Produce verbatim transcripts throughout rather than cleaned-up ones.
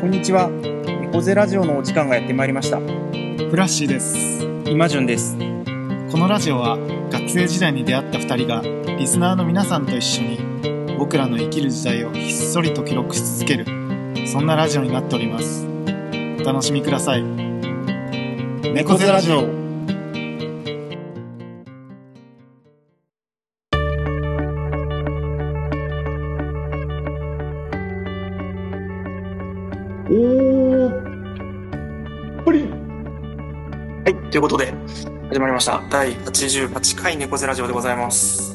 こんにちは。猫背ラジオのお時間がやってまいりました。 フラッシーです。 今順です。 このラジオは学生時代に出会ったふたりがリスナーの皆さんと一緒に僕らの生きる時代をひっそりと記録し続ける、そんなラジオになっております。お楽しみください。 猫背ラジオ。 おープリン。 はい、ということで始まりましただいはちじゅうはちかい猫背ラジオでございます。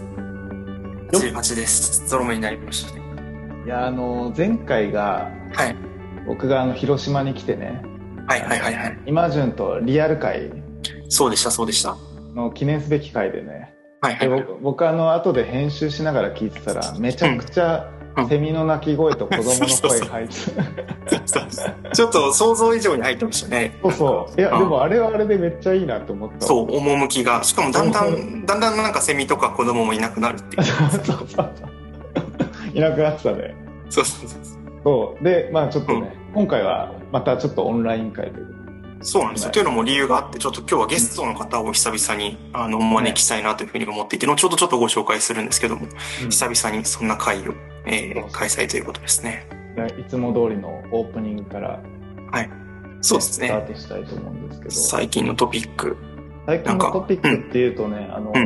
はちじゅうはちです。ゾロ目になりましたね。 いや、あの前回が、はい、僕があの広島に来てね、 はいはいはいはい、 今順とリアル会、 そうでしたそうでしたの記念すべき回でね、 はいはいはい、 で僕、僕あの後で編集しながら聞いてたらめちゃくちゃ、うん、セミの鳴き声と子供の声入ってちょっと想像以上に入ってましたね。 そうそう。いや、でもあれはあれでめっちゃいいなと思った。 そう、趣が。しかもだんだんだんだんなんかセミとか子供もいなくなるっていうそうそうそういなくなってたね。 そうそうそうそうで、まあちょっとね、うん、今回はまたちょっとオンライン会ということで。 そうなんですよ。というのも理由があって、ちょっと今日はゲストの方を久々にあのお招きしたいなというふうに思っていて、後ほどちょっとご紹介するんですけども、うん、久々にそんな会を、えー、開催ということですね。 いつも通りのオープニングから、 はい、そうですね。 スタートしたいと思うんですけど、 最近のトピック。 最近のトピックっていうとね、うん、あの、うん、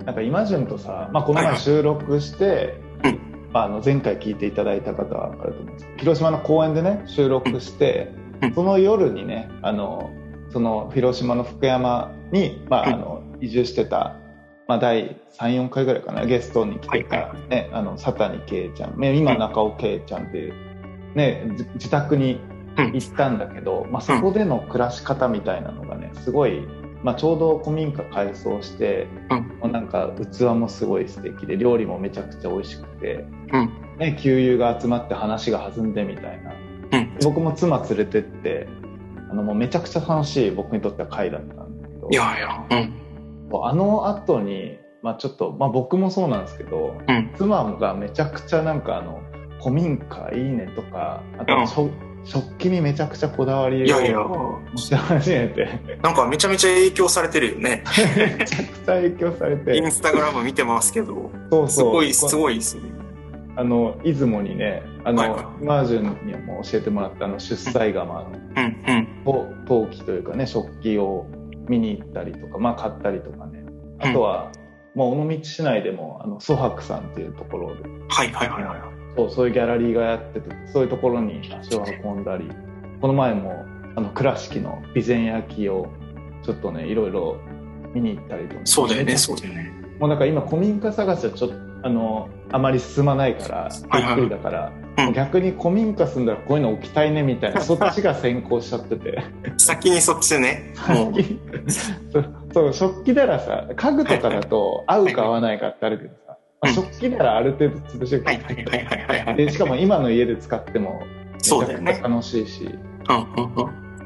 なんか今順とさ、まあこの前収録して、はいはい、まあ、あの前回聞いていただいた方は分かると思うんですけど、広島の公園でね収録して、うん、その夜にね、あのその広島の福山に、まあ、あの移住してた、まあ、だいさん、よんかいぐらいかな、ゲストに来てた、ね、あの佐谷圭ちゃん、ね、今中尾圭ちゃんっていう、ね、自宅に行ったんだけど、まあ、そこでの暮らし方みたいなのがねすごい、まあ、ちょうど古民家改装して、うん、なんか器もすごい素敵で料理もめちゃくちゃ美味しくて、うんね、給油が集まって話が弾んでみたいな、うん、僕も妻連れてってあのもうめちゃくちゃ楽しい僕にとっては会だったんだけど、 いやいや、うん、 あの後に、まあ、ちょっと、まあ、僕もそうなんですけど、うん、妻がめちゃくちゃなんかあの古民家いいねとか、あと、うん食器にめちゃくちゃこだわりをして始めて、 なんかめちゃめちゃ影響されてるよねめちゃくちゃ影響されて、 インスタグラム見てますけど、 そうそう、 すごいすごいですね。 あの出雲にね、あの、はいはい、マージュンにも教えてもらったあの出西窯の、うんうん、陶器というかね食器を見に行ったりとか、まあ買ったりとかね、あとは、うん、もう尾道市内でもあのソハクさんっていうところで、 はいはいはいはい、 そうそういうギャラリーがやってて、そういうところに足を運んだり、この前もあの倉敷の備前焼をちょっとねいろいろ見に行ったりとか、 そうだよねそうだよね。 もうなんか今古民家探しはちょっとあのあまり進まないからゆっくりだから、はいはい、逆に古民家住んだらこういうの置きたいねみたいなそっちが先行しちゃってて先にそっちでねもうそう食器ならさ家具とかだと合うか合わないかってあるけどさ、まあ、食器ならある程度潰しなきゃいけないで、しかも今の家で使ってもめちゃくちゃ楽しいし、そうだよね、うんうんうん、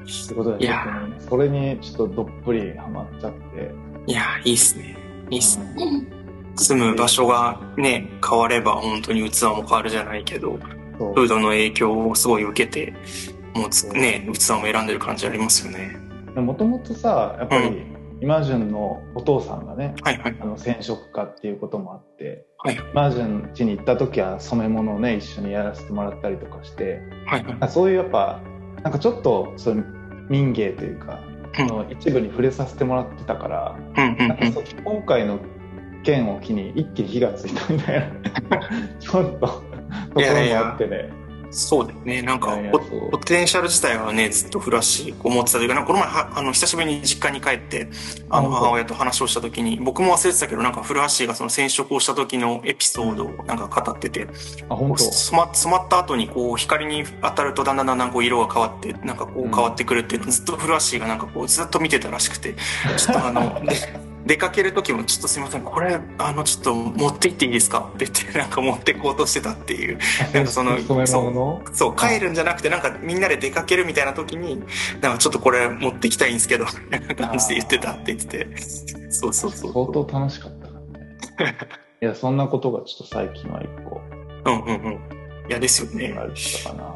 ってことで、ね、それにちょっとどっぷりハマっちゃって、 いやいいっすねいいっすね、うん、住む場所がね変われば本当に器も変わるじゃないけど、フードの影響をすごい受けてもうね器も選んでる感じありますよね。 もともとさやっぱり、うん今順のお父さんがね、はいはい、あの染色家っていうこともあって、はい、今順家に行った時は染め物をね一緒にやらせてもらったりとかして、はいはい、そういうやっぱなんかちょっとそういう民芸というか、うん、の一部に触れさせてもらってたから、うんうんうん、なんか今回の件を機に一気に火がついたみたいなちょっとところもあってね。いやいやそうだよね。なんかポ、ポテンシャル自体はねずっとフラッシー思ってたというか、なんかこの前はあの久しぶりに実家に帰ってあの母親と話をした時に僕も忘れてたけどなんかフラッシーがその染色をした時のエピソードをなんか語ってて、あ本当染ま、染まった後にこう光に当たるとだんだんだんだんこう色が変わってなんかこう変わってくるっていうのをずっとフラッシーがなんかこうずっと見てたらしくて、ちょっとあの出かける時もちょっとすいませんこれあのちょっと持って行っていいですかって言ってなんか持ってこうとしてたっていうなんかそのそうそう帰るんじゃなくてなんかみんなで出かけるみたいな時になんかちょっとこれ持ってきたいんですけどみたいな感じで言ってたって言っててそうそうそう相当楽しかったからねいやそんなことがちょっと最近は一個うんうんうんいやですよねあるかな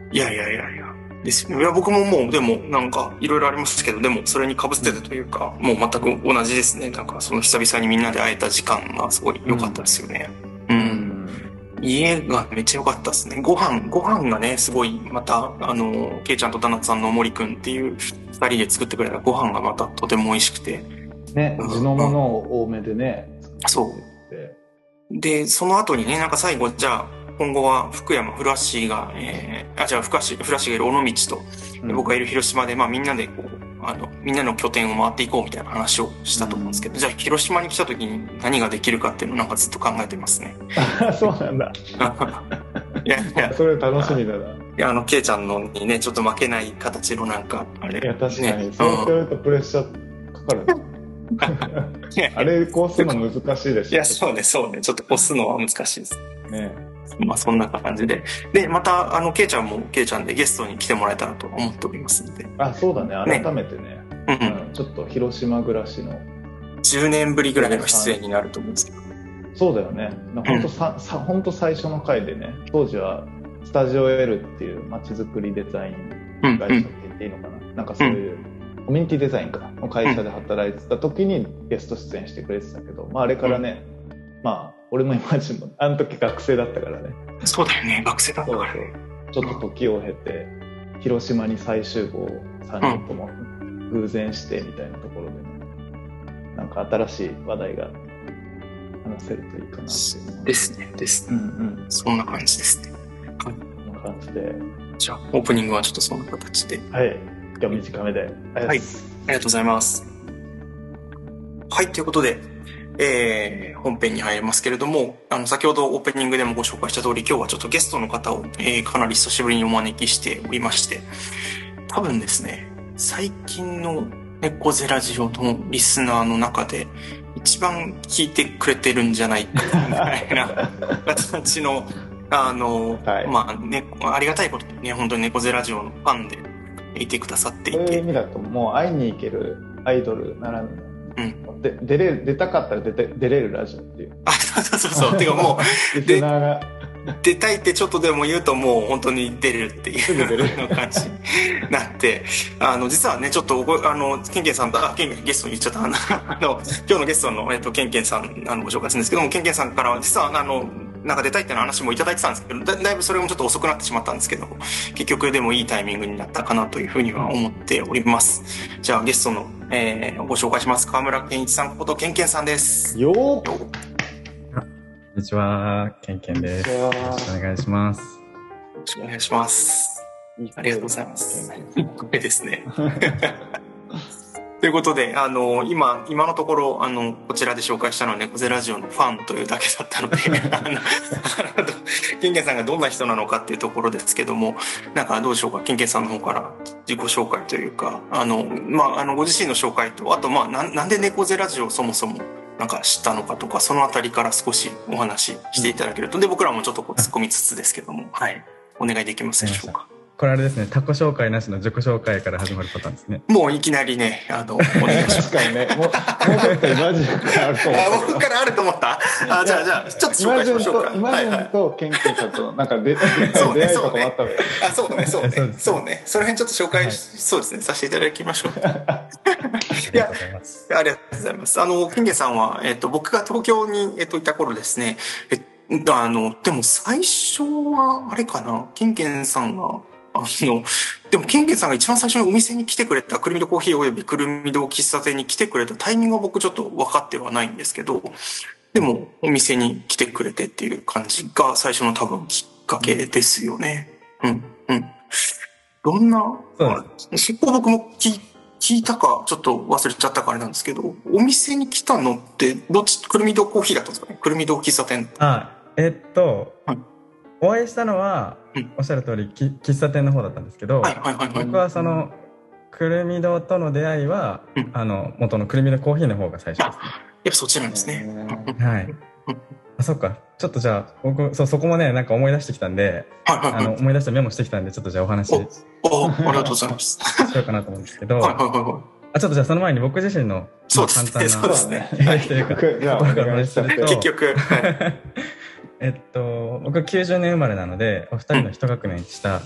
いやいやいやいや。ですよね。いや、僕ももう、でも、なんか、いろいろありますけど、でも、それに被ってたというか、もう全く同じですね。なんか、その久々にみんなで会えた時間がすごい良かったですよね。うん。うん、家がめっちゃ良かったですね。ご飯、ご飯がね、すごい、また、あの、ケイちゃんとダナツさんの森くんっていう二人で作ってくれたご飯がまたとても美味しくて。 ね、地のものを多めでね。 そう。で、その後にね、なんか最後、じゃあ、今後は福山、古橋が、えー、あ、じゃあ、古橋、古橋がいる尾道と、うん、僕がいる広島で、まあみんなでこう、あの、みんなの拠点を回っていこうみたいな話をしたと思うんですけど、うん、じゃあ、広島に来た時に何ができるかっていうのをなんかずっと考えてますね。 そうなんだ。 いやいや、 それ楽しみだな。いや、あの、ケイちゃんのにね、ちょっと負けない形のなんか、あれ。 いや、確かに。ね、そうやってやるとプレッシャーかかる。あれ、こうするの難しいでしょ。 いや、そうね、そうね。ちょっとこすのは難しいです。 ね。 まあそんな感じで。で、また、あの、ケイちゃんもケイちゃんでゲストに来てもらえたらと思っておりますので。 あ、そうだね。改めてね。ねうん、ちょっと広島暮らしの。 じゅうねんぶりぐらいの出演になると思うんですけど。 そうだよね。本当さ、さ、本当最初の回でね、当時はスタジオ L っていう街づくりデザイン会社って言っていいのかな。うんうん、なんかそういう、コミュニティデザインかの会社で働いてた時にゲスト出演してくれてたけど、まああれからね、うん、まあ俺もイマジンもあの時学生だったからね。 そうだよね、学生だったからね。 ちょっと時を経て広島に再集合さんにんとも偶然してみたいなところでね、なんか新しい話題が話せるといいかなっていう。 ですね、ですね。うんうん。そんな感じですね。 こんな感じで。 じゃあオープニングはちょっとそんな形で。 はい。今日短めで。はい。 ありがとうございます。はい、ということで、えー、本編に入りますけれども、あの、先ほどオープニングでもご紹介した通り、今日はちょっとゲストの方を、えー、かなり久しぶりにお招きしておりまして、多分ですね、最近の猫背ラジオのリスナーの中で、一番聞いてくれてるんじゃないか、みたいな形の、あの、はい、まあね、ありがたいことにね、本当に猫背ラジオのファンで、いてくださっていて、 そういう意味だともう会いに行けるアイドルならぬ、うん、で出れ出たかったら出て出れるラジオっていう。 あ、そうそうそう。てかもうリスナーが出たいってちょっとでも言うともう本当に出れるっていう感じになって、あの実はねちょっとあのケンケンさんとあケンケンゲストに言っちゃったあの今日のゲストのえっとケンケンさんあのご紹介するんですけども、ケンケンさんからは実はあのなんか出たいっていう話もいただいてたんですけど、だ, だいぶそれもちょっと遅くなってしまったんですけど、結局でもいいタイミングになったかなというふうには思っております。じゃあゲストの、えー、ご紹介します。川村健一さんことケンケンさんです。 よー。こんにちは、ケンケンです。よろしくお願いします。よろしくお願いします。ありがとうございます。これですね。ということで、あの、今、今のところ、あの、こちらで紹介したのは猫背ラジオのファンというだけだったので、あの、ケンケンさんがどんな人なのかっていうところですけども、なんかどうでしょうか、ケンケンさんの方から自己紹介というか、あの、まあ、あの、ご自身の紹介と、あと、まあ、な、なんで猫背ラジオをそもそも、なんか知ったのかとか、そのあたりから少しお話ししていただけると、で、僕らもちょっとこう突っ込みつつですけども、はい、お願いできますでしょうか。 これあれですね、他己紹介なしの自己紹介から始まるパターンですね。 もういきなりね、あの、お願いします。 確かにね、もう、もうちょっとイマジンからあると思った。 あ、僕からあると思ったあ、じゃあ、じゃあ、ちょっと紹介しましょうか。 イマジンとケンケンさんと、なんか出会いとかもあったわけ。 あ、そうね、そうね、そうね。その辺ちょっと紹介し、そうですね、させていただきましょう。いや、ありがとうございます。あの、ケンケンさんは、えっと、僕が東京に、えっと、いた頃ですね、えあの、でも最初は、あれかな、ケンケンさんが、あの、でも、ケンケンさんが一番最初にお店に来てくれた、くるみどコーヒーおよびくるみど喫茶店に来てくれたタイミングは僕ちょっと分かってはないんですけど、でも、お店に来てくれてっていう感じが最初の多分きっかけですよね。うん、うん。どんな、そこ僕も聞、聞いたか、ちょっと忘れちゃったかあれなんですけど、お店に来たのって、どっち、くるみどコーヒーだったんですかね？くるみど喫茶店。 あ、えっと、はい、お会いしたのは、うん、おっしゃる通り喫茶店の方だったんですけど、はいはいはいはい、僕はそのくるみどとの出会いは、うん、あの元のくるみどコーヒーの方が最初ですね。 やっぱそっちなんですね。 はい。あ、そっか。ちょっとじゃあ僕そうそこもねなんか思い出してきたんで、はいはいはい、あの思い出してメモしてきたんでちょっとじゃあお話しおおありがとうございます。 しようかなと思うんですけど、はいはいはいはい、あちょっとじゃあその前に僕自身のそうですね、簡単なそうですね。 経歴というか、じゃあお話しすると結局。はいえっと、僕はきゅうじゅうねん生まれなので、お二人の一学年下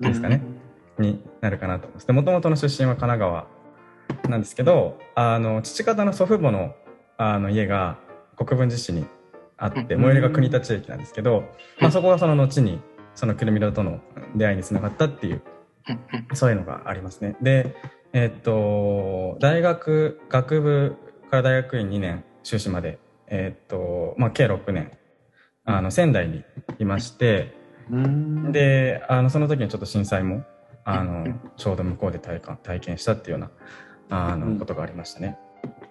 ですかね、うん、になるかなと思います。で、もともとの出身は神奈川なんですけど、あの父方の祖父母のあの家が国分寺市にあって、最寄りが国立駅なんですけど、まあ、そこがその後にそのくるみ堂との出会いにつながったっていう、そういうのがありますね。で、えー、っと大学学部から大学院にねん修士まで、えー、っとまあ、計ろくねんあの仙台にいまして、であのその時にちょっと震災もあのちょうど向こうで体感体験したっていうようなあのことがありましたね。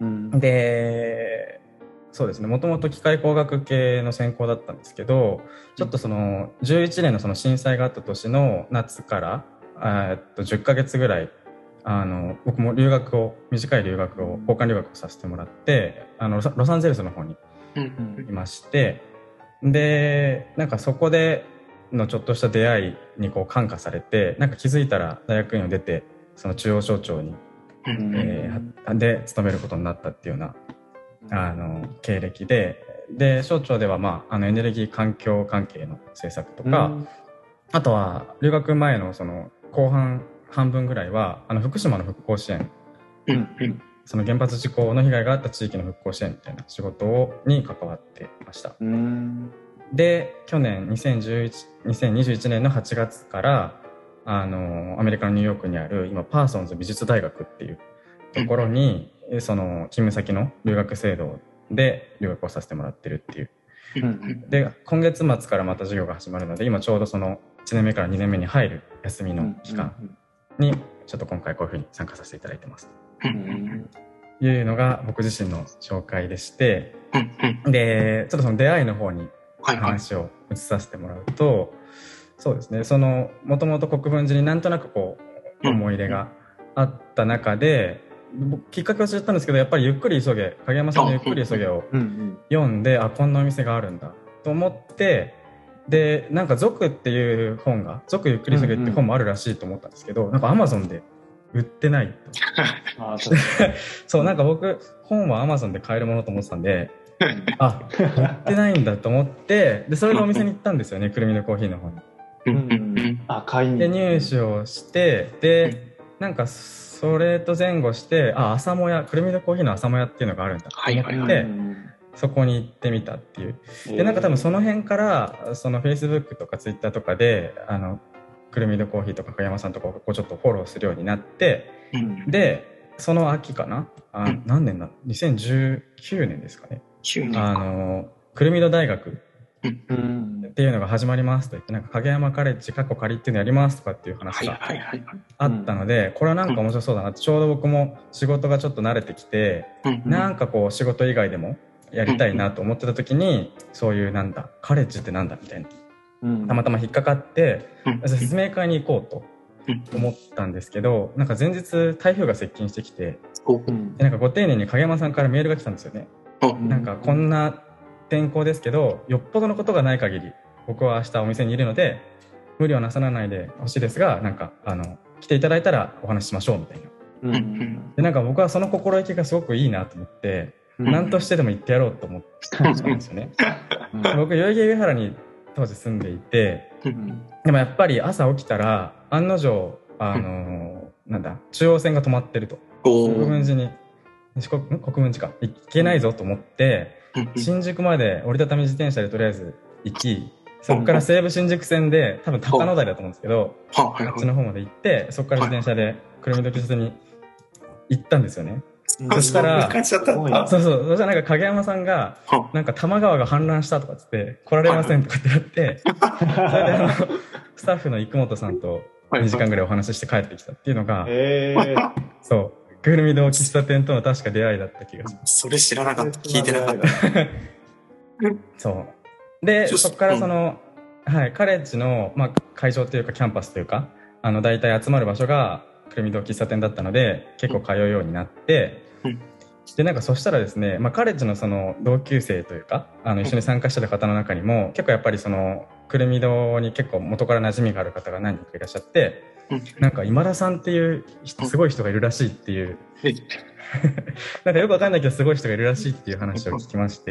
で、そうですね、もともと機械工学系の専攻だったんですけど、ちょっとそのじゅういちねんのその震災があった年の夏からえっとじゅっかげつぐらいあの僕も留学を短い留学を交換留学をさせてもらって、あのロサンゼルスの方にいまして、でなんかそこでのちょっとした出会いにこう感化されて、なんか気づいたら大学院を出てその中央省庁に、えー、で勤めることになったっていうようなあの経歴で、で省庁では、まあ、あのエネルギー環境関係の政策とか、あとは留学前のその後半半分ぐらいはあの福島の復興支援、その原発事故の被害があった地域の復興支援みたいな仕事をに関わっていました。で去年にせんにじゅういちねんのはちがつからあのアメリカのニューヨークにある今パーソンズ美術大学っていうところに、その勤務先の留学制度で留学をさせてもらってるっていう、で今月末からまた授業が始まるので、今ちょうどそのいちねんめからにねんめに入る休みの期間にちょっと今回こういうふうに参加させていただいてますというのが僕自身の紹介でして、でちょっとその出会いの方に話を移させてもらうと、そうですね、そのもともと国分寺になんとなくこう思い入れがあった中で、きっかけを知ったんですけど、やっぱりゆっくり急げ、影山さんのゆっくり急げを読んで、あ、こんなお店があるんだと思って、でなんか族っていう本が、族ゆっくり急げっていう本もあるらしいと思ったんですけど、なんかアマゾンで売ってないとそう、なんか僕本はアマゾンで買えるものと思ってたんで、あ、売ってないんだと思って、でそれでお店に行ったんですよね、くるみのコーヒーの方に。 あ、買いにで入手をして、でなんかそれと前後して、あ、朝もや、くるみのコーヒーの朝もやっていうのがあるんだと思って、はいはいはい、そこに行ってみたっていう。でなんか多分その辺からその Facebook とか Twitter とかであのくるみのコーヒーとか影山さんとかをこうちょっとフォローするようになって、うん、でその秋かな、あ、うん、何年だ、にせんじゅうきゅうねんですかね、あのくるみの大学っていうのが始まりますと言って、なんか影山カレッジ過去仮っていうのやりますとかっていう話があったので、これはなんか面白そうだなって、ちょうど僕も仕事がちょっと慣れてきて、なんかこう仕事以外でもやりたいなと思ってた時に、そういうなんだカレッジってなんだみたいな、たまたま引っかかって説明会に行こうと思ったんですけど、なんか前日台風が接近してきて、でなんかご丁寧に影山さんからメールが来たんですよね。なんかこんな天候ですけど、よっぽどのことがない限り僕は明日お店にいるので無理をなさらないでほしいですが、なんかあの来ていただいたらお話ししましょうみたいな、うん、でなんか僕はその心意気がすごくいいなと思って、うん、何としてでも行ってやろうと思ったんですよね、うん、僕代々木上原に当時住んでいて、うん、でもやっぱり朝起きたら案の定あのー、なんだ中央線が止まってると、国分寺に四国国分寺か行けないぞと思って、新宿まで折りたたみ自転車でとりあえず行き、そこから西武新宿線で多分高野台だと思うんですけど、あっちの方まで行って、そこから自転車でくるみの喫茶店に行ったんですよね。そしたらそうそう、そしたらなんか影山さんがなんか多摩川が氾濫したとかつって来られませんとかってやって、それであのスタッフの生本さんとにじかんぐらいお話しして帰ってきたっていうのが、そうくるみ堂喫茶店との確か出会いだった気がします。 それ知らなかった、聞いてなかったそうでそこからその、うん、はい、カレッジの、まあ、会場というかキャンパスというか、あの大体集まる場所がくるみ堂喫茶店だったので結構通うようになって、うん、でなんかそしたらですね、まあ、カレッジのその同級生というかあの一緒に参加してた方の中にも結構やっぱりそのくるみ堂に結構元から馴染みがある方が何人かいらっしゃって、なんか今田さんっていうすごい人がいるらしいっていうなんかよくわかんないけどすごい人がいるらしいっていう話を聞きまして、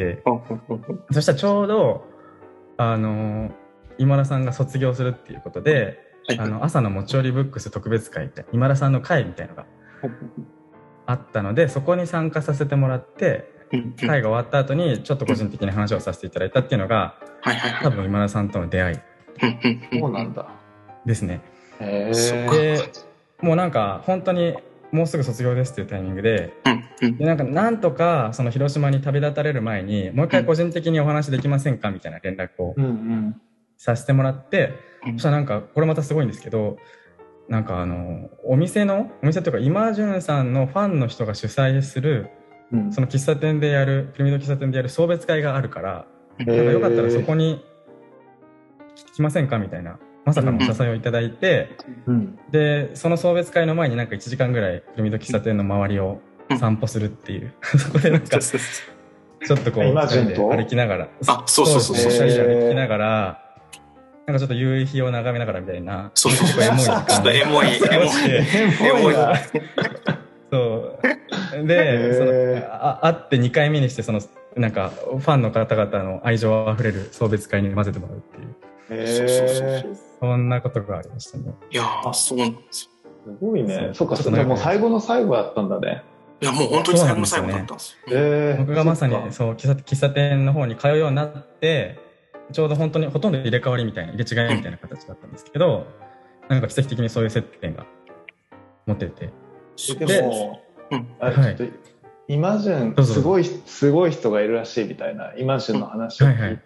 そしたらちょうどあの今田さんが卒業するっていうことで、 あの朝の持ち寄りブックス特別会みたいな今田さんの会みたいなのがあったので、そこに参加させてもらって、会が終わった後にちょっと個人的に話をさせていただいたっていうのが、多分今田さんとの出会いそうなんだですね。 へー。 でもうなんか本当にもうすぐ卒業ですっていうタイミングで、でなんかなんとかその広島に旅立たれる前にもう一回個人的にお話できませんかみたいな連絡をさせてもらって、そしたらなんかこれまたすごいんですけど、なんかあのお店のお店というか今潤さんのファンの人が主催する、うん、その喫茶店でやるピラミッド喫茶店でやる送別会があるから、なんかよかったらそこに来ませんかみたいなまさかのお誘いをいただいて、うん、でその送別会の前になんかいちじかんぐらいピラミッド喫茶店の周りを散歩するっていう、うん、そこでなんかちょっとこう今潤と歩きながら、 あ、そうそうそうそう、 ふたりで歩きながらなんかちょっと夕日を眺めながらみたいな、 そうそうそう、 エモい時間、 ちょっとエモい、エモい、エモい。 そうで、そのあ会ってにかいめにしてそのなんかファンの方々の愛情あふれる送別会に混ぜてもらうっていう、 へー、 そんなことがありましたね。 いやー、そうなんですよ。 すごいね。そっか、そっか、もう最後の最後だったんだね。 いや、もう本当に最後の最後だったんですよ。 えー、 僕がまさにそう喫茶、喫茶店の方に通うようになってちょうど本当にほとんど入れ替わりみたいな入れ違いみたいな形だったんですけど、うん、なんか奇跡的にそういう接点が持ってて、 でも、うん、あれちょっと、はい、イマジンすごいすごい人がいるらしいみたいなイマジンの話を聞いて、はいはい、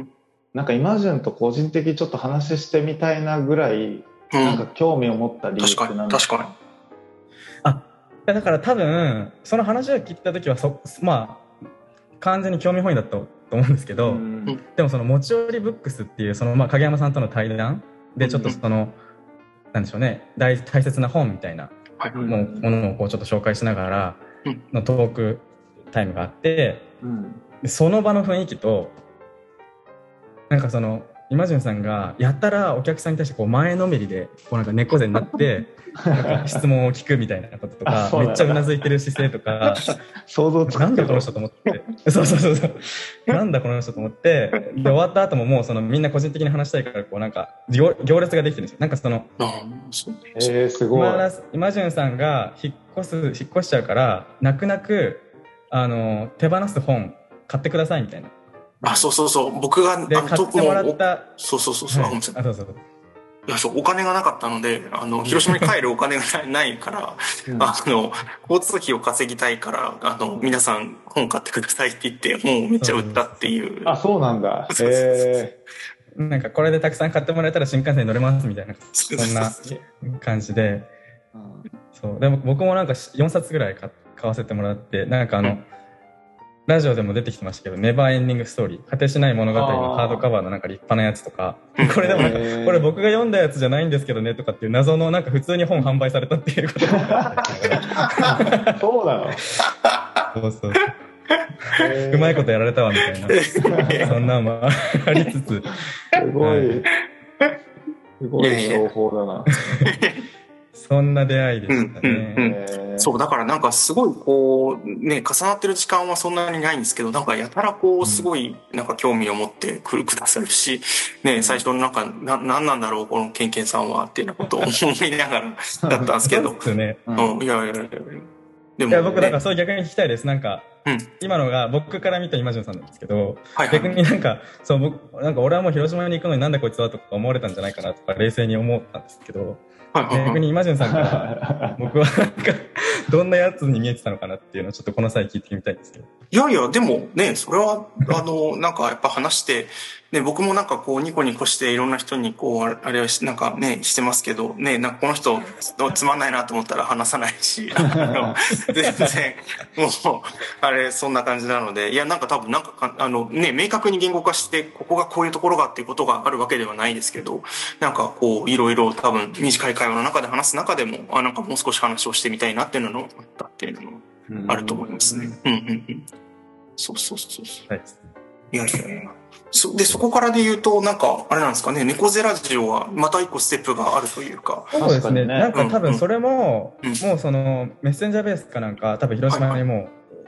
なんかイマジンと個人的にちょっと話してみたいなぐらい、うん、なんか興味を持った理由って何ですか？ 確かに確かに。 あ、だから多分その話を聞いた時はそまあ完全に興味本位だったと思うんですけど、うん、でもその持ち寄りブックスっていうそのまあ影山さんとの対談でちょっとその、うん、なんでしょうね、大大切な本みたいなものをこうちょっと紹介しながらのトークタイムがあって、うん、でその場の雰囲気となんかそのイマジンさんがやったらお客さんに対してこう前のめりでこうなんか猫背になってなんか質問を聞くみたいなこととかめっちゃうなずいてる姿勢とか想像つく。 なんだこの人と思ってそうそうそうそうなんだこの人と思ってで終わった後ももうそのみんな個人的に話したいからこうなんか 行, 行列ができてるんですよ。なんかそのえー、すごいイマジンさんが引っ越す引っ越しちゃうから泣く泣くあの手放す本買ってくださいみたいな。 あ、そうそうそう。僕が、 で、買ってもらった。 そうそうそうそう。はい、あ、 そうそう。 いや、そう、お金がなかったので、あの、広島に帰るお金がないから、うん、あの、交通費を稼ぎたいから、あの、皆さん本買ってくださいって言って、もうめっちゃ売ったっていう。 あ、そうなんだ。へー。なんかこれでたくさん買ってもらえたら新幹線に乗れますみたいな、そんな感じで。そう。でも僕もなんかよんさつぐらい買わせてもらって、なんかあの、うん、ラジオでも出てきてましたけど、ネバーエンディングストーリー、果てしない物語のハードカバーのなんか立派なやつとか、これでもなんか、これ僕が読んだやつじゃないんですけどねとかっていう謎のなんか普通に本販売されたっていうことがそうなの？ そうそう。うまいことやられたわみたいな。そんなもありつつ。 すごい、はい、すごい情報だな。 そんな出会いでしたね、うんうんうん、そうだからなんかすごいこうね重なってる時間はそんなにないんですけど、なんかやたらこうすごいなんか興味を持ってくるくださるしね、最初なんかな何なんだろうこのケンケンさんはっていうようなことを思いながらだったんですけどそうですね、 うん、いやいやいやでも、ね、いや僕なんかそう逆に聞きたいです。なんか、うん、今のが僕から見たイマジンさんなんですけど、はいはい、逆になんかそう僕なんか俺はもう広島に行くのになんだこいつはとか思われたんじゃないかなとか冷静に思ったんですけど、はいはいはい、逆にイマジンさんから僕はなんかどんなやつに見えてたのかなっていうのをちょっとこの際聞いてみたいんですけど。 いやいやでもねそれはあのなんかやっぱ話してね、僕もなんかこうニコニコしていろんな人にこうあれはなんかねしてますけどね、なんかこの人つまんないなと思ったら話さないし全然もうあれそんな感じなので、いやなんか多分なんかあのね明確に言語化してここがこういうところがっていうことがあるわけではないですけど、なんかこういろいろ多分短い会話の中で話す中でもあなんかもう少し話をしてみたいなっていうのがあったっていうのもあると思いますね。うんうんうん。そうそうそうそう。はい。いやいやいや。そでそこからで言うとなんかあれなんですかね、猫背ラジオはまた一個ステップがあるというか。 そうですね。なんか多分それも、うんうん、もうそのメッセンジャーベースかなんか多分広島にも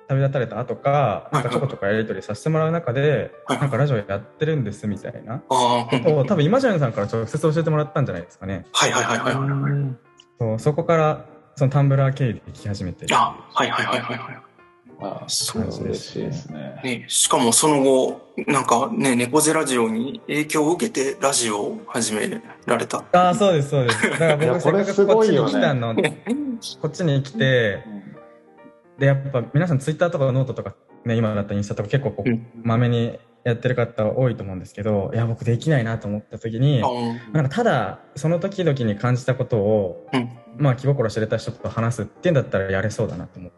旅立たれた後か、なんかちょこちょこやり取りさせてもらう中で、なんかラジオやってるんですみたいなことを多分イマジュンさんから直接教えてもらったんじゃないですかね。 はいはいはいはいはい。 そう、そこからそのタンブラー経由で聞き始めて。 あ、はいはいはいはいはい。 あ、そう嬉しいですね。 ね、しかもその後、なんかね、猫背ラジオに影響を受けてラジオを始められた。 ああ、そうですそうです。だから僕せっかくこっちに来たの、ね、こっちに来て、で、やっぱ皆さんツイッターとかノートとかね、今だったらインスタとか結構こう、まめにやってる方多いと思うんですけど、いや、僕できないなと思った時に、なんかただ、その時々に感じたことを、うん、まあ気心知れた人と話すっていうんだったらやれそうだなと思って、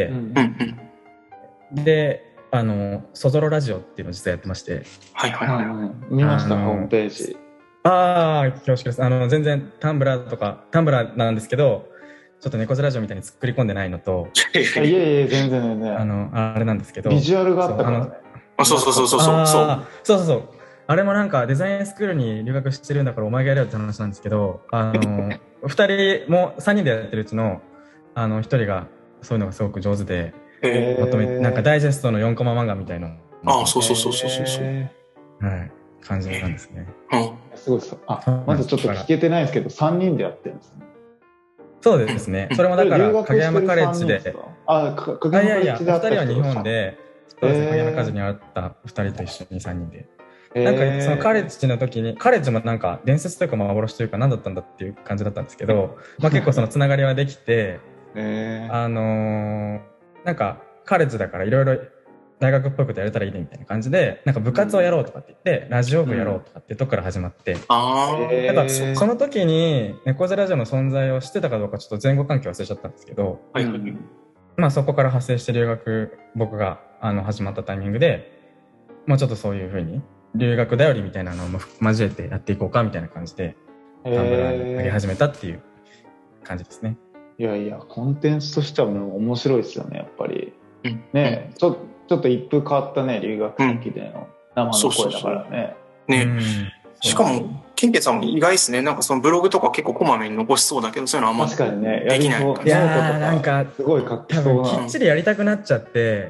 うんうん、で、あの、そぞろラジオっていうのを実はやってまして。 はいはいはい。 見ました、ホームページ。 ああ、恐縮です。あの、全然タンブラーとか、タンブラーなんですけど、ちょっと猫背ラジオみたいに作り込んでないのと。 いやいやいや、全然ね。 あの、あれなんですけど。 ビジュアルがあったからね。 あ、そうそうそうそうそう。 そうそうそう。あれもなんかデザインスクールに留学してるんだからお前がやれよって話なんですけど、あの、二人もさんにんでやってるうちの、あの、一人がそういうのがすごく上手で、まとめ、なんかダイジェストのよんコマ漫画みたいな。 ああ、そうそうそうそうそう。 はい。感じなんですね。 うん。すごいです。あ、まずちょっと聞けてないですけど、さんにんでやってるんですね。 そうですね。それもだから、影山カレッジで。 あ、影山カレッジで。いやいや、 ふたりは日本で、影山カレッジにあったふたりと一緒にさんにんで。なんか、そのカレッジの時に、カレッジもなんか伝説というか幻というか何だったんだっていう感じだったんですけど、まあ結構そのつながりはできて、あのー、なんか、カレッジだからいろいろ大学っぽいことやれたらいいねみたいな感じで、なんか部活をやろうとかって言って、ラジオ部やろうとかっていうとこから始まって、 あやっぱその時に猫背ラジオの存在を知ってたかどうかちょっと前後関係忘れちゃったんですけど、 はい、 まあそこから派生して留学、僕があの始まったタイミングで、まあちょっとそういう風に留学だよりみたいなのも交えてやっていこうかみたいな感じで、タンブラーに上げ始めたっていう感じですね。 いやいや、コンテンツとしてはもう面白いですよね、やっぱり。 うん、 ねえ、ちょ、ちょっと一風変わったね、留学先での生の声だからね。 そうそうそうね、うん、しかも、ケンケンさんも意外ですね。なんかそのブログとか結構こまめに残しそうだけど、そういうのあんま確かにね、 できない。 いやー、なんか、 すごい書きそうな。 きっちりやりたくなっちゃって、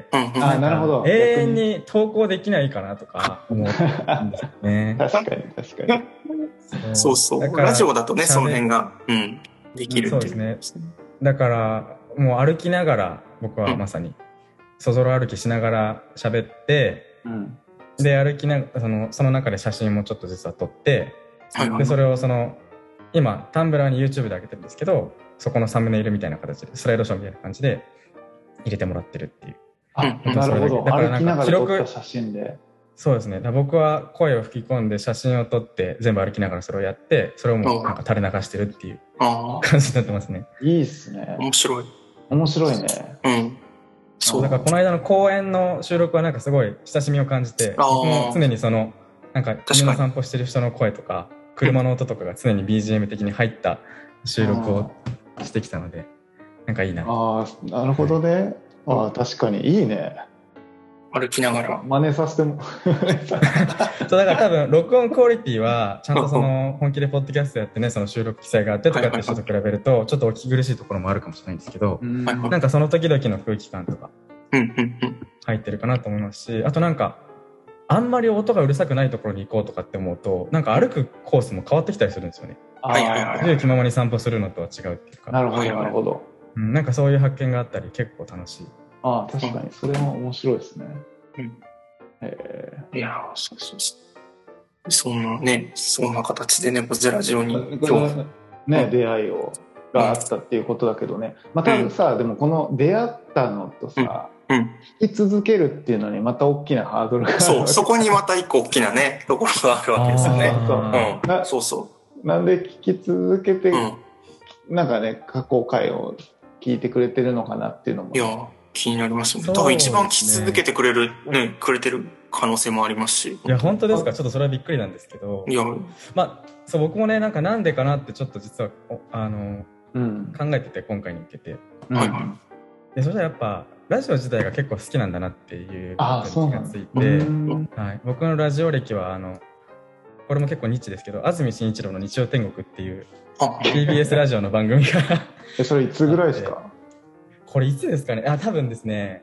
うんうん、あ、なるほど。 永遠に投稿できないかなとか思うんですよね。 確かに、確かに。そうそう。ラジオだとね、その辺が、うん、できるっていう。 そうですね。だから、もう歩きながら、僕はまさに、そぞろ歩きしながら喋って、うん、で、歩きながら、その、その中で写真もちょっと実は撮って、はいはい、で、それをその、今、タンブラーに YouTube で上げてるんですけど、そこのサムネイルみたいな形で、スライドショーみたいな感じで入れてもらってるっていう。 あ、なるほど。だからなんか、記録、写真で。 そうですね。だ僕は声を吹き込んで写真を撮って全部歩きながらそれをやって、それをもうなんか垂れ流してるっていう感じになってますね。 いいっすね。 面白い。 面白いね。 うん。 そう。だからこの間の公演の収録はなんかすごい親しみを感じて、僕も常にその、なんか犬の散歩してる人の声とか、車の音とかが常に ビージーエム 的に入った収録をしてきたので、なんかいいな。 ああ、なるほどね。ああ、確かにいいね。 歩きながら真似させてもそうだから多分録音クオリティはちゃんとその本気でポッドキャストやってねその収録記載があってとかって人と比べるとちょっとお聞き苦しいところもあるかもしれないんですけど、なんかその時々の空気感とか入ってるかなと思いますし、あとなんかあんまり音がうるさくないところに行こうとかって思うとなんか歩くコースも変わってきたりするんですよね。自由気ままに散歩するのとは違うっていうか。 なるほどなるほど、 うん、なんかそういう発見があったり結構楽しい。 ああ、確かにそれも面白いですね。 うん、えー、いやー、そうそうそう。そんなね、そんな形で猫背ラジオに今日ね、出会いをがあったっていうことだけどね。またさ、うん、でもこの出会ったのとさ、うんうん、引き続けるっていうのにまた大きなハードルがある。 そう、そこにまた一個大きなね、ところがあるわけですよね。そうそう、うん、そうそう。 なんで聞き続けて、うん、なんかね、過去回を聞いてくれてるのかなっていうのも。 いや気になりますよね。多分一番聞き続けてくれる、ね、くれてる可能性もありますし。 いや、本当ですか？ちょっとそれはびっくりなんですけど。 いや、 まあ、そう、僕もね、なんかなんでかなってちょっと実は、あの、うん、考えてて、今回に向けて。 はいはい。 で、そしたらやっぱ、ラジオ自体が結構好きなんだなっていうことに気がついて、はい。僕のラジオ歴は、あの、これも結構ニッチですけど、安住紳一郎の日曜天国っていう、ティービーエス ラジオの番組がえ、それいつぐらいですか？ これいつですかね。あ、多分ですね、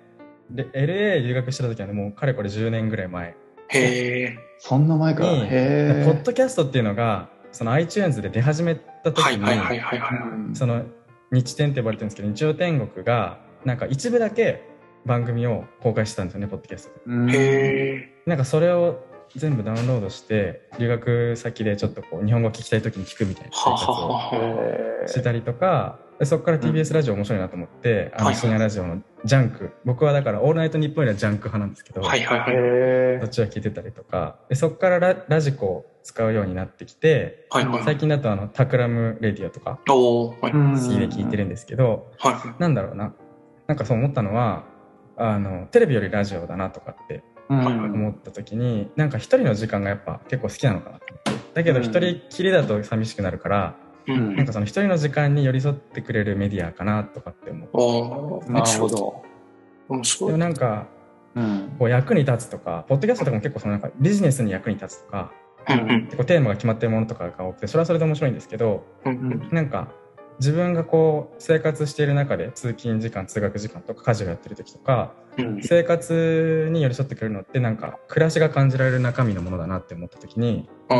で エルエー 留学してた時はね、もうかれこれじゅうねんぐらい前。 へえ。 そんな前から。へえ。ポッドキャストっていうのが、その iTunes で出始めた時に、 はいはいはいはい、 その日天って呼ばれてるんですけど、日曜天国が、なんか一部だけ番組を公開してたんですよね、ポッドキャストで。 へえ。 なんかそれを全部ダウンロードして、留学先でちょっとこう、日本語聞きたい時に聞くみたいな生活をしたりとか、でそこから ティービーエス ラジオ面白いなと思って、うん、あの深夜ラジオのジャンク、僕はだからオールナイトニッポンよりはジャンク派なんですけど、 はいはいはい、 そっちは聞いてたりとか、でそこから ラ, ラジコを使うようになってきて、はいはいはい、最近だとあのタクラムレディオとか好きで聞いてるんですけど、はいはい、なんだろうな、なんかそう思ったのは、あのテレビよりラジオだなとかって思った時に、なんか一人の時間がやっぱ結構好きなのかなと思って、だけど一人きりだと寂しくなるから、うん、なんかその一人の時間に寄り添ってくれるメディアかなとかって思って。 なるほど。 面白い。 でもなんか、うん、こう役に立つとか、ポッドキャストとかも結構そのなんかビジネスに役に立つとか、うん、結構テーマが決まってるものとかが多くて、それはそれで面白いんですけど、うん、なんか自分がこう生活している中で通勤時間、通学時間とか家事をやってる時とか、うん、生活に寄り添ってくれるのってなんか暮らしが感じられる中身のものだなって思った時に、うん、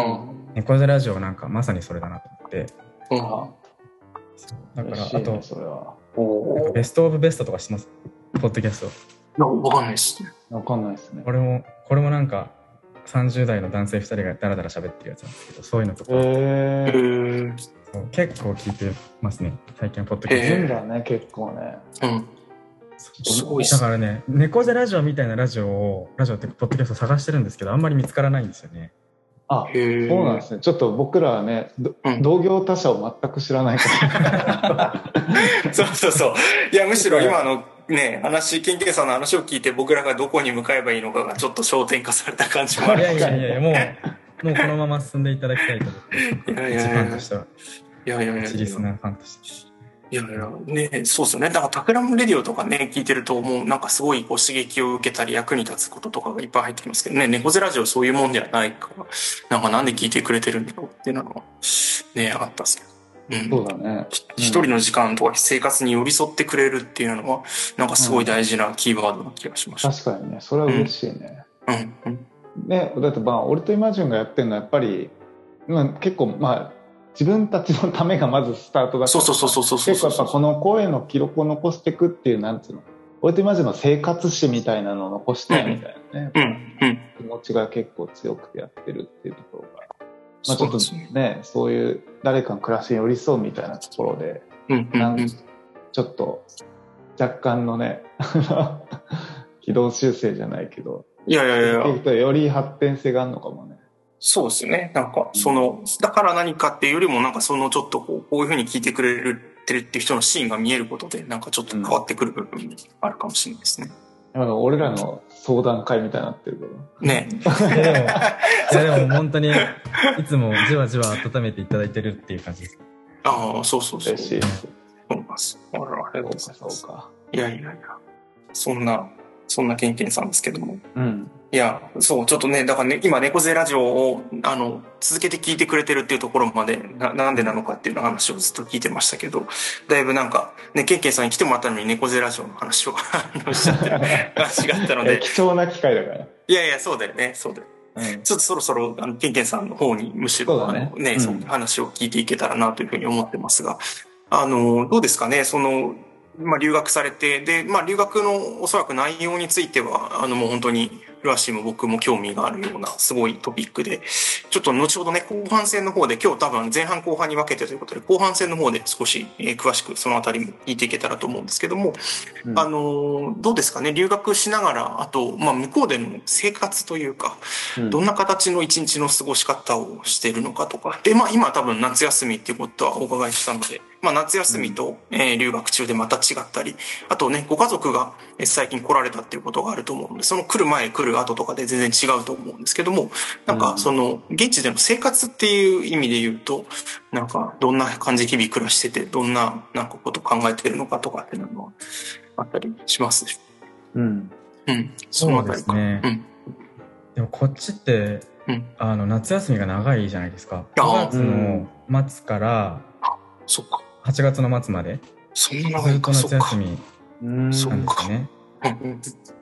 猫背ラジオはなんかまさにそれだなと思って、うん、だからあとそれはなんかベストオブベストとかしてますポッドキャスト。わかんないですね。 わかんないですね。 これもこれもなんかさんじゅう代の男性ふたりがダラダラ喋ってるやつなんですけど、そういうのとか、えー、そう結構聞いてますね最近ポッドキャスト。 いるんだね結構ね。うん。 すごいだからね、猫背ラジオみたいなラジオをラジオってポッドキャスト探してるんですけど、あんまり見つからないんですよね。 あ、そうなんですね。ちょっと僕らはね、うん、同業他社を全く知らないからそうそうそう。いや、むしろ今のね、話、ケンケンさんの話を聞いて僕らがどこに向かえばいいのかがちょっと焦点化された感じもある。 いやいやいやいや、もう、もうこのまま進んでいただきたいと思って。いやいやいや。一ファンとしては。 いやいやいや。 一リスナーファンとして。 いやいや、ね、そうですよね。だからタクラムレディオとかね、聞いてるともうなんかすごいこう刺激を受けたり役に立つこととかがいっぱい入ってきますけどね、猫背ラジオそういうもんではないから、なんかなんで聞いてくれてるんだろうっていうのはね、あったっすけど。 うん、そうだね。 一人の時間とか生活に寄り添ってくれるっていうのは、なんかすごい大事なキーワードな気がしました。 うん、確かにね、それは嬉しいね。 うん。うんうん、 ね、だってまあ、俺とイマジンがやってるのはやっぱり、まあ、結構まあ、自分たちのためがまずスタートだから、 そうそうそうそうそうそう。 結構やっぱこの声の記録を残していくっていう、なんつうの、俺とイマジンの生活史みたいなのを残したいみたいなね、 うんうん、 気持ちが結構強くてやってるっていうところが、まあちょっとね、そういう誰かの暮らしに寄り添うみたいなところで、 うんうんうん、 ちょっと若干のね、軌道修正じゃないけど、 いやいやいや、 より発展性があるのかもね。 そうですね。なんか、その、だから何かっていうよりも、なんかそのちょっとこう、こういう風に聞いてくれてるっていう人のシーンが見えることで、なんかちょっと変わってくる部分もあるかもしれないですね。 うん、俺らの相談会みたいになってるけど。 ねいやでも、いやでも本当に、いつもじわじわ温めていただいてるっていう感じです。 ああ、そうそうそう。 嬉しい。 そうなんです。あら、ありがとうございます。 そうか。 いやいやいや。そんな、そんなケンケンさんですけども。 うん。 いや、そう、ちょっとね、だからね、今、猫背ラジオを、あの、続けて聞いてくれてるっていうところまで、な、なんでなのかっていうの話をずっと聞いてましたけど、だいぶなんか、ね、ケンケンさんに来てもらったのに猫背ラジオの話をしちゃってる感じがあったので。 貴重な機会だから。 いやいや、そうだよね、そうだよ。うん、ちょっとそろそろ、あの、ケンケンさんの方に、むしろ、あの、ね、その話を聞いていけたらなというふうに思ってますが、あの、どうですかね、その、まあ、留学されて、で、まあ、留学のおそらく内容については、あの、もう本当に、古橋も僕も興味があるようなすごいトピックで、ちょっと後ほどね、後半戦の方で、今日多分前半後半に分けてということで、後半戦の方で少し、えー、詳しくそのあたりも聞いていけたらと思うんですけども、うん、あの、どうですかね、留学しながら、あと、まあ、向こうでの生活というか、うん、どんな形の一日の過ごし方をしているのかとか、で、まあ、今多分夏休みっていうことはお伺いしたので、まあ、夏休みと、えー、留学中でまた違ったり、あとね、ご家族が最近来られたっていうことがあると思うので、その来る前来る後とかで全然違うと思うんですけども、なんかその現地での生活っていう意味で言うと、なんかどんな感じで日々暮らしてて、どんななんかこと考えてるのかとかっていうのはあったりしますでしょうか。 うん。 うん。そのあたりか。 そうですね。うん。でもこっちって、うん、あの夏休みが長いじゃないですか。ごがつの末から、 うん、そっか。 はちがつの末まで。 そんな長いか。 ずっと夏休みなんですよね。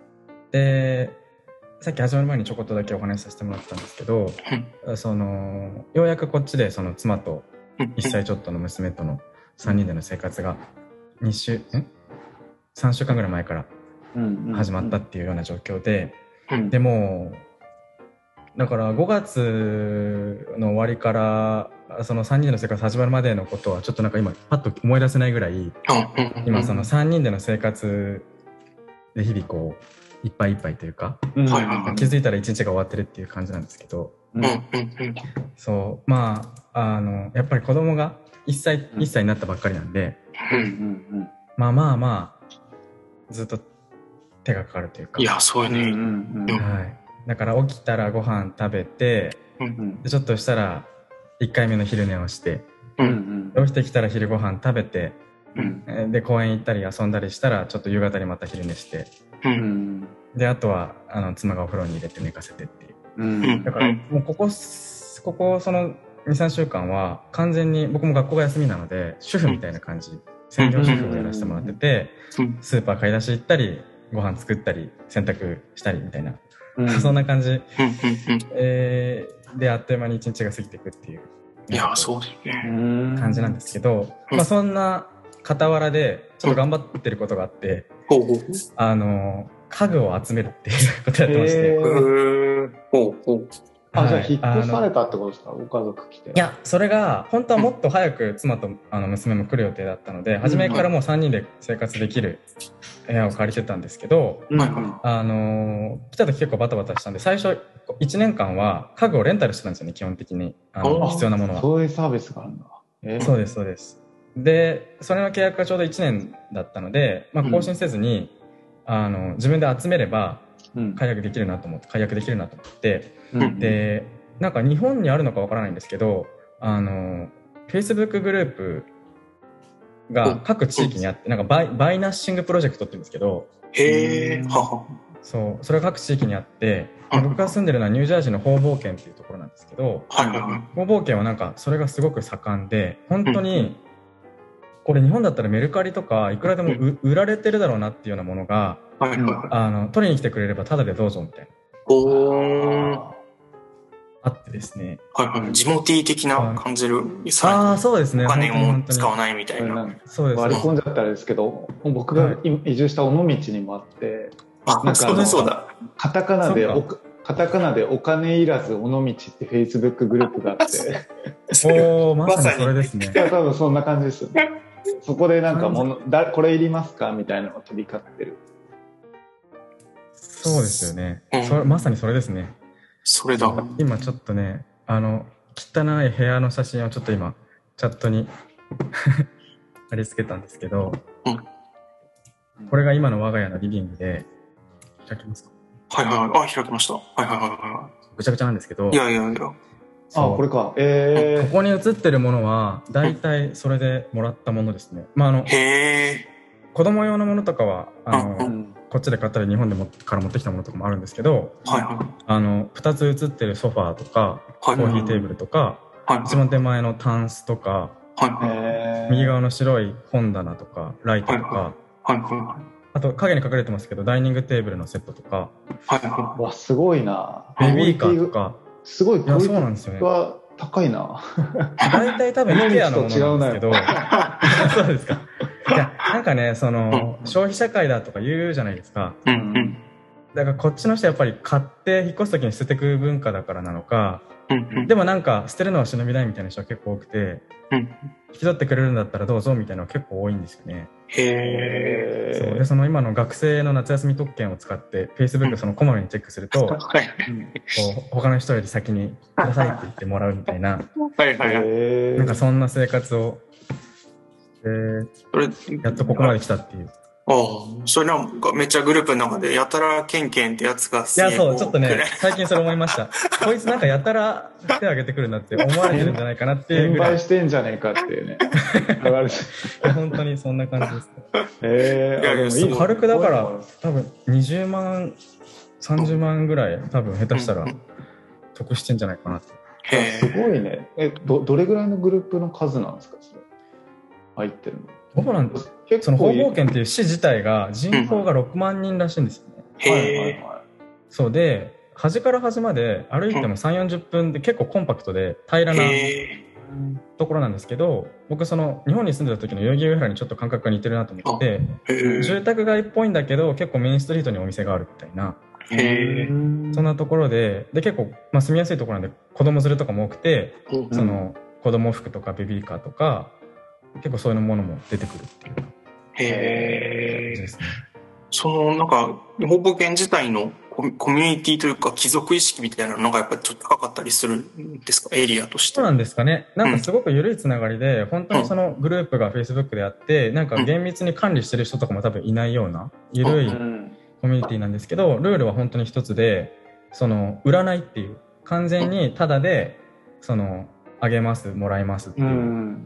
でさっき始まる前にちょこっとだけお話しさせてもらったんですけど、うん、そのようやくこっちでその妻といっさいちょっとの娘とのさんにんでの生活がに週んさんしゅうかんぐらい前から始まったっていうような状況で、うん、でもだからごがつの終わりからそのさんにんでの生活始まるまでのことはちょっとなんか今パッと思い出せないぐらい、今そのさんにんでの生活で日々こういっぱいいっぱいというか、うん、気づいたらいちにちが終わってるっていう感じなんですけど、うん、そうまああのやっぱり子供がいっさい、いっさいになったばっかりなんで、うんうんうん、まあまあまあずっと手がかかるというか、 いやそうよね、 うんうん、はい、だから起きたらご飯食べて、うんうん、でちょっとしたらいっかいめの昼寝をして、うんうん、起きてきたら昼ご飯食べて、うん、で公園行ったり遊んだりしたらちょっと夕方にまた昼寝して、うん、であとはあの妻がお風呂に入れて寝かせてっていう、うん、だからもうここここその にさんしゅうかんは完全に僕も学校が休みなので主婦みたいな感じ、専業主婦をやらせてもらってて、スーパー買い出し行ったりご飯作ったり洗濯したりみたいな、うん、そんな感じ、えー、であっという間に一日が過ぎていくっていういやそうですね感じなんですけど、まあ、そんな傍らでちょっと頑張ってることがあって、うん、あの家具を集めるっていうことやってまして、えー、 ほうほうあ、はい、じゃあ引っ越されたってことですか、ご家族来て。 いやそれが本当はもっと早く妻とあの娘も来る予定だったので、うん、初めからもうさんにんで生活できる部屋を借りてたんですけど、うん、あの来た時結構バタバタしたんで最初いちねんかんは家具をレンタルしてたんですよね、基本的にあの必要なものは。 そういうサービスがあるんだ、 えー、そうですそうです。でそれの契約がちょうどいちねんだったので、まあ、更新せずに、うん、あの自分で集めれば解約できるなと思って解約できるなと思って、うん、でなんか日本にあるのかわからないんですけど、あの Facebook グループが各地域にあって、なんかバイ、バイナッシングプロジェクトって言うんですけど、 へー、 そう、それが各地域にあって、僕が住んでるのはニュージャージーのホーボー県っていうところなんですけど、ホーボー県はなんかそれがすごく盛んで、本当にこれ日本だったらメルカリとかいくらでも売られてるだろうなっていうようなものが、あの取りに来てくれればタダでどうぞみたいな。おー。あってですね、 はいはい、ジモティー的な感じる、 ああそうですね、 お金を使わないみたいな。 そうです。割り込んじゃったらですけど、僕が移住した尾道にもあって、 あ、なんかそうだそうだ。 カタカナでおカタカナでお金いらず尾道ってフェイスブックグループがあって、 おおまさにそれですね。 いや多分そんな感じですよね。そこでなんかものだこれいりますかみたいなのが飛び交ってる。 そうですよね。うん、それまさにそれですね。 それだ。 今ちょっとね、あの汚い部屋の写真をちょっと今チャットに貼り付けたんですけど、うん、これが今の我が家のリビングで、開きますか？ はいはいはい、あ、開きました。はいはいはいはい。 ぐちゃぐちゃなんですけど、 いやいやいや。 あ、これか。えー、 ここに写ってるものは大体それでもらったものですね。まああのへー。 子供用のものとかはあの。うん、こっちで買ったり日本でもから持ってきたものとかもあるんですけど、はいはい、あのふたつ写ってるソファーとか、はい、コーヒーテーブルとか、はい、一番手前のタンスとか、はい、右側の白い本棚とかライトとか、はいはい、あと影に隠れてますけどダイニングテーブルのセットとか、 はいはい、わすごいな。 ベビーカーとかすごいクオリティそうなんですよね。 は高いな。 大体多分イケアのものなんですけどそうですか。いやなんかねその、うん、消費社会だとか言うじゃないですか、うんうん、だからこっちの人はやっぱり買って引っ越す時に捨ててく文化だからなのか、うんうん、でもなんか捨てるのは忍びないみたいな人は結構多くて、うん、引き取ってくれるんだったらどうぞみたいなのは結構多いんですよね。 へー。 そうでその今の学生の夏休み特権を使って Facebook そのこまめにチェックすると、うん、こう他の人より先にくださいって言ってもらうみたいなはいはい、はい、なんかそんな生活をえー、それやっとここまで来たっていう。 ああ、それなんかめっちゃグループの中でやたらケンケンってやつがいやそうちょっとね最近それ思いました。こいつなんかやたら手挙げてくるなって思われてるんじゃないかなっていうぐらい。 転売してんじゃねえかっていうね。 本当にそんな感じです。 えー、 いやいや軽くだから多分にじゅうまんさんじゅうまんぐらい多分下手したら得してんじゃないかなって。 すごいね。え ど, どれぐらいのグループの数なんですかそれ入ってるの。 どうなんですか。その方々県っていう市自体が人口がろくまんにんらしいんですよね。 へはいはいえ。 はそうで、端から端まで歩いてもさんじゅうよんじゅっぷんで結構コンパクトで平らなへところなんですけど、僕その日本に住んでた時の代々木上原にちょっと感覚が似てるなと思ってえ。へえ。 住宅街っぽいんだけど結構メインストリートにお店があるみたいな、 へえ。 そんなところで、で結構、まあ、住みやすいところなんで子供連れとかも多くて、 うんその子供服とかベビーカーとか結構そういうものも出てくるっていう感へえ。 じですね。 そのなんか方々県自体のコミコミュニティというか貴族意識みたいなのがやっぱりちょっと高かったりするんですか、エリアとして。 そうなんですかね。なんかすごく緩いつながりで、うん、本当にそのグループが Facebook であって、なんか厳密に管理してる人とかも多分いないような緩いコミュニティなんですけど、ルールは本当に一つで、その売らないっていう、完全にタダでそのあげますもらいますっていう、うん、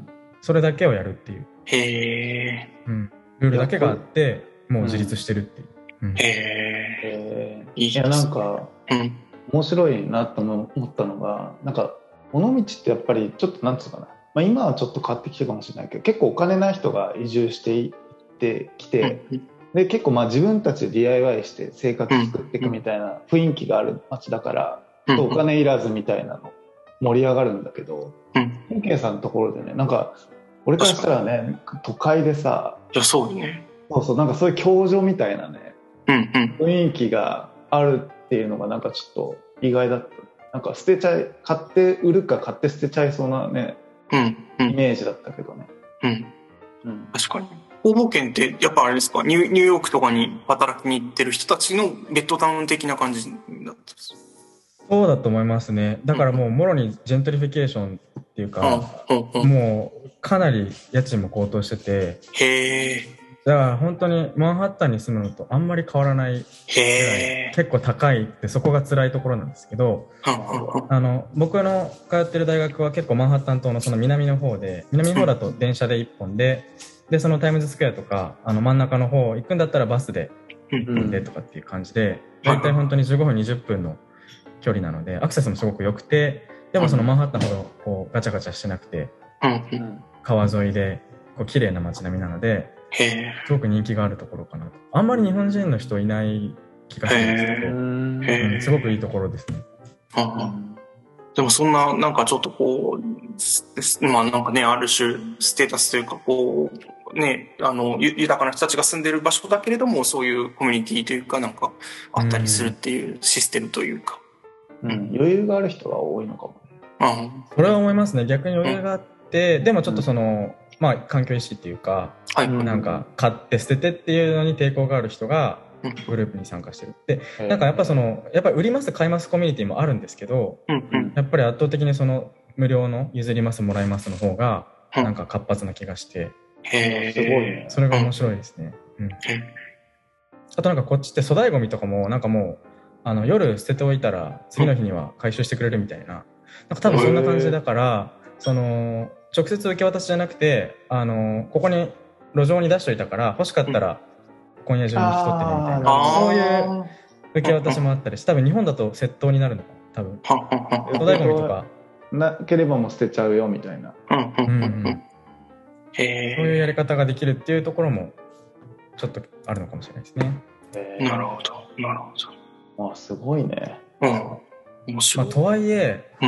それだけをやるっていう。 へえ、 うん、ルールだけがあってもう自立してるっていう。うん、 へえ、いいやなんか、うん、面白いなと思ったのが、なんか尾道ってやっぱりちょっとなんつうかな、まあ、今はちょっと変わってきてるかもしれないけど、結構お金ない人が移住していってきて、うん、で結構まあ自分たちで ディーアイワイ して生活作っていくみたいな雰囲気がある街だから、うん、お金いらずみたいなの盛り上がるんだけど、本家さんのところでね、なんか俺からしたらね、都会でさ、 いやそうね、 そうそう、なんかそういう教場みたいなね、 うんうん、 雰囲気があるっていうのがなんかちょっと意外だった。なんか捨てちゃい、買って売るか買って捨てちゃいそうなね、 うんうん、 イメージだったけどね。 うんうん、確かに。方々県ってやっぱあれですか、ニュー、ニューヨークとかに働きに行ってる人たちのベッドタウン的な感じだったんですか？ そうだと思いますね。だからもうもろにジェントリフィケーションっていうか、うんうん、もうかなり家賃も高騰してて、 へー、 だから本当にマンハッタンに住むのとあんまり変わらないぐらい結構高いって、そこが辛いところなんですけど、あの僕の通ってる大学は結構マンハッタン島のその南の方で、南の方だと電車でいっぽんで、でそのタイムズスクエアとかあの真ん中の方行くんだったらバスで行んでとかっていう感じで、大体本当にじゅうごふんにじゅっぷんの距離なのでアクセスもすごく良くて、でもそのマンハッタンほどこうガチャガチャしてなくて、川沿いでこう綺麗な街並みなので、すごく人気があるところかなと。あんまり日本人の人いない気がするんですけど、うん、すごくいいところですね。 うん、でもそんななんかちょっとこう、まあなんかね、ある種ステータスというかこうね、あの豊かな人たちが住んでる場所だけれども、そういうコミュニティというかなんかあったりするっていうシステムというか、 うんうん、余裕がある人が多いのかもね。うん、それは思いますね。逆に余裕があって、うん、でもちょっとその、まあ環境意識っていうか、はい、なんか買って捨ててっていうのに抵抗がある人がグループに参加してるって、うん、なんかやっぱそのやっぱ売ります買いますコミュニティもあるんですけど、うんうん、やっぱり圧倒的にその無料の譲りますもらいますの方がなんか活発な気がして、 へー、すごいね。 それが面白いですね。うん、あとなんかこっちって粗大ゴミとかもなんかもうあの夜捨てておいたら次の日には回収してくれるみたいな、なんか多分そんな感じだから、その直接受け渡しじゃなくて、あのここに路上に出しといたから欲しかったら今夜中に引き取ってねみたいな、そういう受け渡しもあったりして、多分日本だと窃盗になるのか多分粗大ゴミとかなければもう捨てちゃうよみたいな、うんうんうん、 そういうやり方ができるっていうところもちょっとあるのかもしれないですね。 なるほどなるほど。あ、すごいね。 うん、面白い。 まあ、とはいえ、 うん、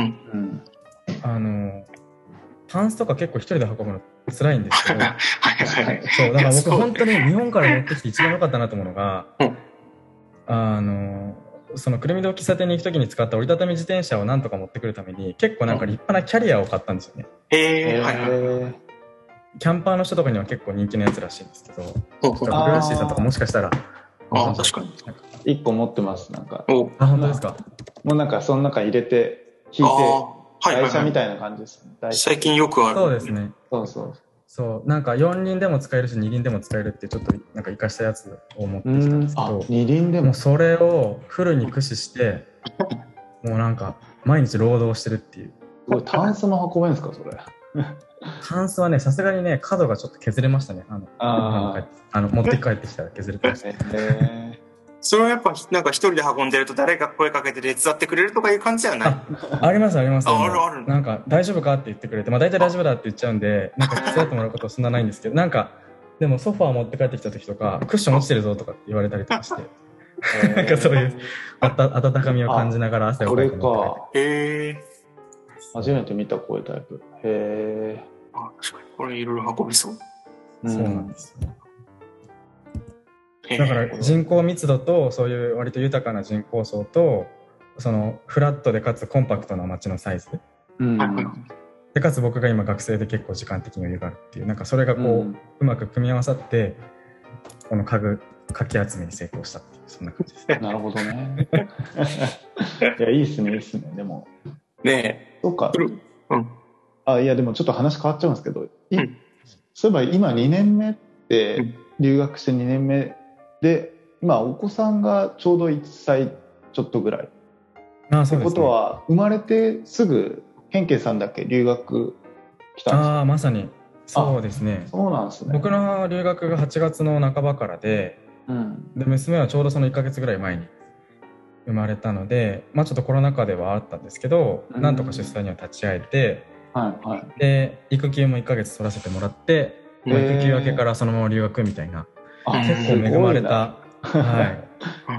あのタンスとか結構一人で運ぶの辛いんですけど、 はいはい、 そうだから僕本当に日本から持ってきて一番良かったなと思うのが、うん、あのそのくるみ堂喫茶店に行く時に使った折りたたみ自転車をなんとか持ってくるために結構なんか立派なキャリアを買ったんですよね。 へー、はいはい。 キャンパーの人とかには結構人気のやつらしいんですけど、ブルーシーさんとかもしかしたら、 あ、確かに一個持ってます。なんか、 あ、本当ですか。 もうなんかその中入れて引いて台車みたいな感じですね。 はいはいはい、最近よくある。 そうですね。 そうそう。 そうなんかよん輪でも使えるしに輪でも使えるってちょっとなんか活かしたやつを持ってきたんですけど、 に輪でももうそれをフルに駆使してもうなんか毎日労働してるっていう。 すごい。タンスも運べんですかそれ。 タンスはね、さすがにね角がちょっと削れましたね。あのああの持って帰ってきたら削れてました。 へそれはやっぱなんか一人で運んでると誰か声かけて手伝ってくれるとかいう感じじゃない？ あ, ありますあります。 ああるある。 なんか大丈夫かって言ってくれて、まあ大体大丈夫だって言っちゃうんで、なんか手伝ってもらうことはそんなないんですけど、なんかでもソファー持って帰ってきた時とかクッション落ちてるぞとかって言われたりとかして、 なんかそういうあた温かみを感じながら汗をかいてこれか。 へえ。 初めて見たこういうタイプ。へえ。 あ、確かにこれいろいろ運びそう。 そうなんですよ。だから人口密度とそういう割と豊かな人口層とそのフラットでかつコンパクトな街のサイズ、 うん、 でかつ僕が今学生で結構時間的に余裕があるっていうなんかそれがこう、うん、うまく組み合わさってこの家具かき集めに成功したっていうそんな感じですね。 なるほどね。いやいいっすねいいっすね。でもねえそうか、 うん、 あいやでもちょっと話変わっちゃうんですけど、うん、そういえば今にねんめって留学してにねんめで今お子さんがちょうどいっさいちょっとぐらい。 ああそうですね。 ってことは生まれてすぐ変形さんだけ留学来たんですか？ ああまさにそうですね。 そうなんですね。 僕の留学がはちがつの半ばからで、うん、で娘はちょうどそのいっかげつぐらい前に生まれたので、まあちょっとコロナ禍ではあったんですけど、うん、なんとか出産には立ち会えて、 はいはい、 で育休もいっかげつ取らせてもらって、まあ、育休明けからそのまま留学みたいな結構恵まれた、はい、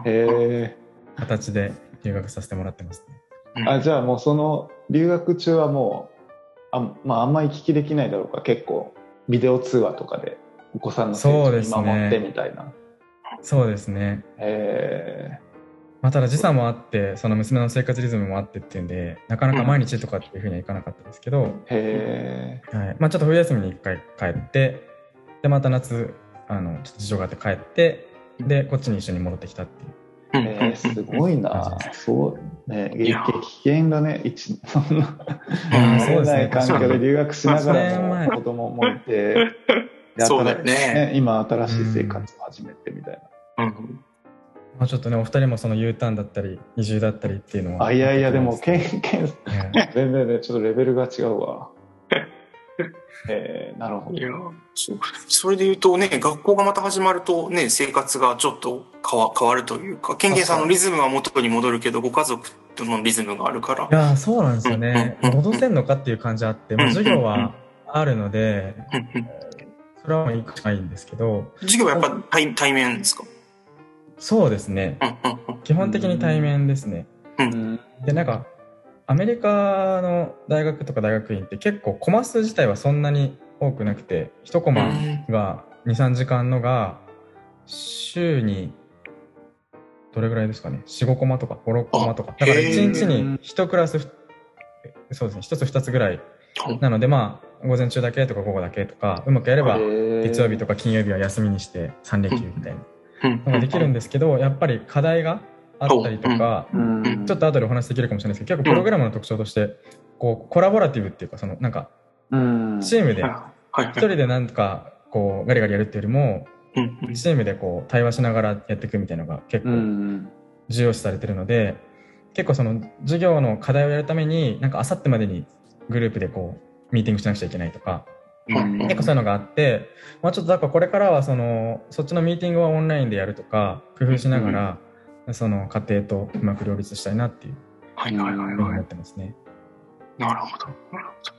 へ形で留学させてもらってますね。 あ、じゃあもうその留学中はもうあ、まあ、あんまり行き来できないだろうか、結構ビデオ通話とかでお子さんの成長に守ってみたいな。 そうですね。 へー、 まあ、ただ時差もあってその娘の生活リズムもあってっていうんでなかなか毎日とかっていうふうにはいかなかったですけど、うん、 へー、 はい、まあ、ちょっと冬休みにいっかい帰ってでまた夏あのちょっと事情があって帰ってでこっちに一緒に戻ってきたっていう。 えー、すごいな。そうね、激減だね。一そんな慣れない環境で留学しながらも子供もいて、 そうだよね。 今新しい生活を始めてみたいな。うん、 まあちょっとねお二人もその U ターンだったり移住だったりっていうのは。 あいやいやでもけんけん全然ねちょっとレベルが違うわ。えー、なるほど。 いや そ, それで言うとね学校がまた始まるとね生活がちょっと変 わ, 変わるというかケンケンさんのリズムは元に戻るけどご家族とのリズムがあるから。 いやそうなんですよね、うんうんうん、戻せんのかっていう感じあって、まあ、授業はあるので、うんうん、それはもう行くしかないんですけど。 授業はやっぱ 対, 対面ですか？ そうですね、うんうん、基本的に対面ですね、うん、でなんかアメリカの大学とか大学院って結構コマ数自体はそんなに多くなくていちコマが にさんじかんのが週にどれぐらいですかね よん,ご コマとかご、ろくコマとかだからいちにちにいちクラスそうですねひとつふたつぐらいなのでまあ午前中だけとか午後だけとかうまくやれば月曜日とか金曜日は休みにしてさん連休みたいなのができるんですけどやっぱり課題があったりとか、うん、ちょっと後でお話しできるかもしれないですけど結構プログラムの特徴としてこうコラボラティブっていうかそのなんかチームで一人でなんかこうガリガリやるっていうよりもチームでこう対話しながらやっていくみたいなのが結構重要視されてるので結構その授業の課題をやるためになんかあさってまでにグループでこうミーティングしなくちゃいけないとか結構そういうのがあって、まあ、ちょっとだからこれからはそのそっちのミーティングはオンラインでやるとか工夫しながらその家庭とうまく両立したいなっていうふうに思ってますね。 なるほど。なるほど。